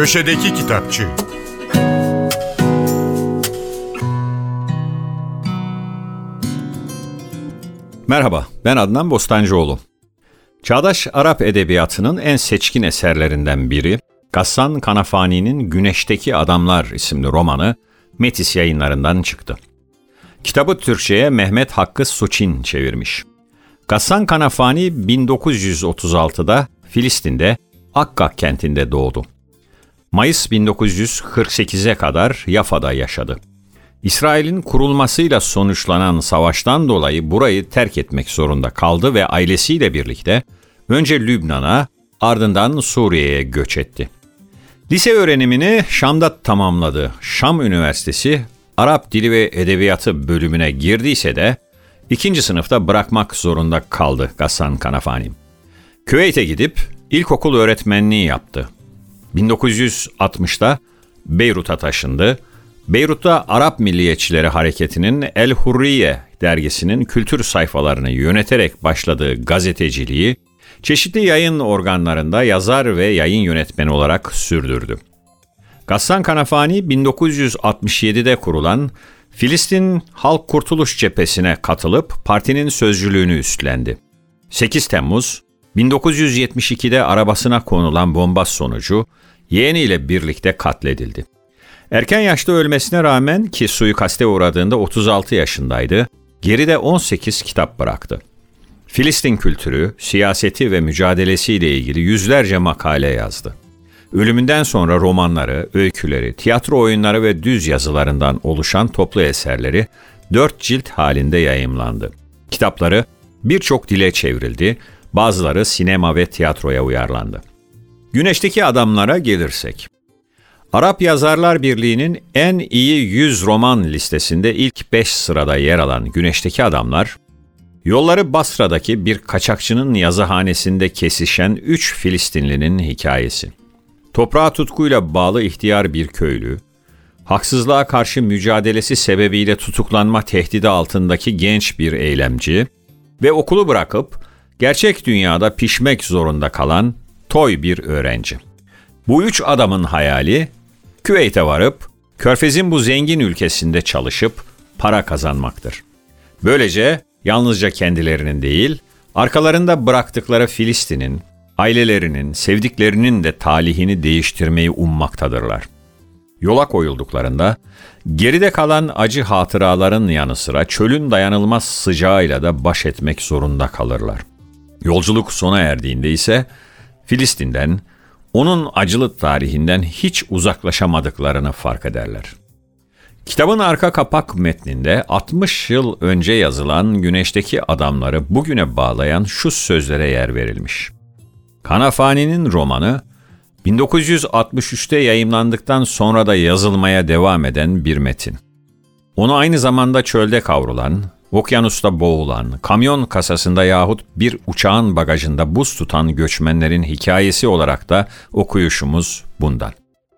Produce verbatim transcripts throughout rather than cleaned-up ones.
Köşedeki Kitapçı. Merhaba, ben Adnan Bostancıoğlu. Çağdaş Arap edebiyatının en seçkin eserlerinden biri, Gassan Kanafani'nin Güneşteki Adamlar isimli romanı Metis Yayınları'ndan çıktı. Kitabı Türkçe'ye Mehmet Hakkı Suçin çevirmiş. Gassan Kanafani bin dokuz yüz otuz altıda Filistin'de Akka kentinde doğdu. Mayıs bin dokuz yüz kırk sekize kadar Yafa'da yaşadı. İsrail'in kurulmasıyla sonuçlanan savaştan dolayı burayı terk etmek zorunda kaldı ve ailesiyle birlikte önce Lübnan'a, ardından Suriye'ye göç etti. Lise öğrenimini Şam'da tamamladı. Şam Üniversitesi Arap Dili ve Edebiyatı bölümüne girdiyse de ikinci sınıfta bırakmak zorunda kaldı Gassan Kanafani. Küveyt'e gidip ilkokul öğretmenliği yaptı. bin dokuz yüz altmışta Beyrut'a taşındı. Beyrut'ta Arap Milliyetçileri Hareketi'nin El Hurriye dergisinin kültür sayfalarını yöneterek başladığı gazeteciliği, çeşitli yayın organlarında yazar ve yayın yönetmeni olarak sürdürdü. Gassan Kanafani bin dokuz yüz altmış yedide kurulan Filistin Halk Kurtuluş Cephesi'ne katılıp partinin sözcülüğünü üstlendi. sekiz Temmuz bin dokuz yüz yetmiş ikide arabasına konulan bomba sonucu yeğeniyle birlikte katledildi. Erken yaşta ölmesine rağmen ki suikaste uğradığında otuz altı yaşındaydı, geride on sekiz kitap bıraktı. Filistin kültürü, siyaseti ve mücadelesiyle ilgili yüzlerce makale yazdı. Ölümünden sonra romanları, öyküleri, tiyatro oyunları ve düz yazılarından oluşan toplu eserleri dört cilt halinde yayımlandı. Kitapları birçok dile çevrildi, bazıları sinema ve tiyatroya uyarlandı. Güneşteki Adamlara gelirsek, Arap Yazarlar Birliği'nin en iyi yüz roman listesinde ilk beş sırada yer alan Güneşteki Adamlar, yolları Basra'daki bir kaçakçının yazıhanesinde kesişen üç Filistinlinin hikayesi. Toprağa tutkuyla bağlı ihtiyar bir köylü, haksızlığa karşı mücadelesi sebebiyle tutuklanma tehdidi altındaki genç bir eylemci ve okulu bırakıp gerçek dünyada pişmek zorunda kalan toy bir öğrenci. Bu üç adamın hayali, Küveyt'e varıp, Körfez'in bu zengin ülkesinde çalışıp para kazanmaktır. Böylece yalnızca kendilerinin değil, arkalarında bıraktıkları Filistin'in, ailelerinin, sevdiklerinin de talihini değiştirmeyi ummaktadırlar. Yola koyulduklarında, geride kalan acı hatıraların yanı sıra çölün dayanılmaz sıcağıyla da baş etmek zorunda kalırlar. Yolculuk sona erdiğinde ise Filistin'den, onun acılı tarihinden hiç uzaklaşamadıklarını fark ederler. Kitabın arka kapak metninde altmış yıl önce yazılan Güneşteki Adamları bugüne bağlayan şu sözlere yer verilmiş. Kanafani'nin romanı, bin dokuz yüz altmış üçte yayımlandıktan sonra da yazılmaya devam eden bir metin. Onu aynı zamanda çölde kavrulan, okyanusta boğulan, kamyon kasasında yahut bir uçağın bagajında buz tutan göçmenlerin hikayesi olarak da okuyuşumuz bundan.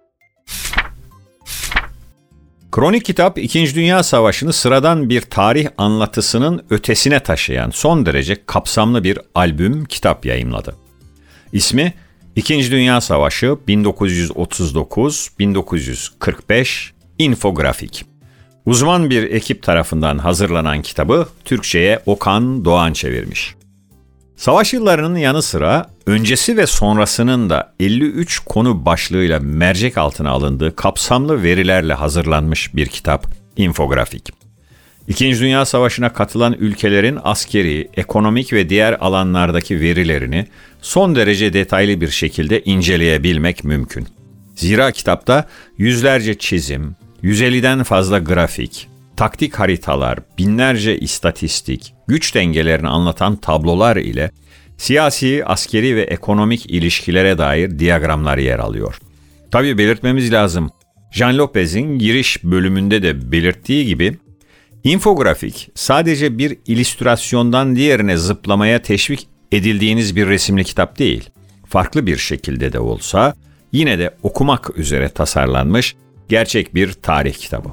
Kronik kitap, İkinci Dünya Savaşı'nı sıradan bir tarih anlatısının ötesine taşıyan son derece kapsamlı bir albüm kitap yayımladı. İsmi İkinci Dünya Savaşı bin dokuz yüz otuz dokuz bin dokuz yüz kırk beş İnfografik. Uzman bir ekip tarafından hazırlanan kitabı Türkçe'ye Okan Doğan çevirmiş. Savaş yıllarının yanı sıra öncesi ve sonrasının da elli üç konu başlığıyla mercek altına alındığı kapsamlı verilerle hazırlanmış bir kitap, infografik. İkinci Dünya Savaşı'na katılan ülkelerin askeri, ekonomik ve diğer alanlardaki verilerini son derece detaylı bir şekilde inceleyebilmek mümkün. Zira kitapta yüzlerce çizim, yüz elliden fazla grafik, taktik haritalar, binlerce istatistik, güç dengelerini anlatan tablolar ile siyasi, askeri ve ekonomik ilişkilere dair diyagramlar yer alıyor. Tabii belirtmemiz lazım, Jean Lopez'in giriş bölümünde de belirttiği gibi, infografik sadece bir illüstrasyondan diğerine zıplamaya teşvik edildiğiniz bir resimli kitap değil. Farklı bir şekilde de olsa yine de okumak üzere tasarlanmış gerçek bir tarih kitabı.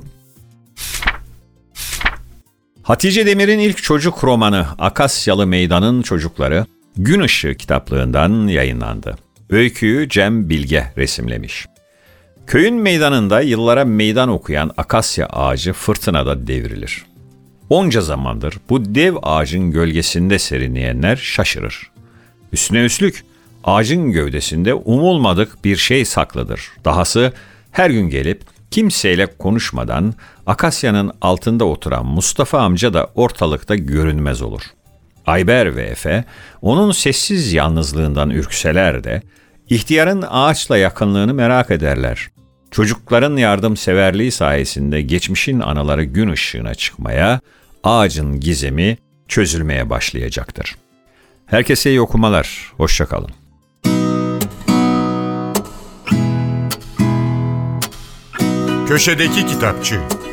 Hatice Demir'in ilk çocuk romanı Akasyalı Meydan'ın Çocukları Gün Işığı kitaplığından yayınlandı. Öyküyü Cem Bilge resimlemiş. Köyün meydanında yıllara meydan okuyan akasya ağacı fırtınada devrilir. Onca zamandır bu dev ağacın gölgesinde serinleyenler şaşırır. Üstüne üstlük ağacın gövdesinde umulmadık bir şey saklıdır. Dahası her gün gelip kimseyle konuşmadan akasyanın altında oturan Mustafa amca da ortalıkta görünmez olur. Ayber ve Efe onun sessiz yalnızlığından ürkseler de ihtiyarın ağaçla yakınlığını merak ederler. Çocukların yardımseverliği sayesinde geçmişin anıları gün ışığına çıkmaya, ağacın gizemi çözülmeye başlayacaktır. Herkese iyi okumalar, hoşça kalın. Köşedeki Kitapçı.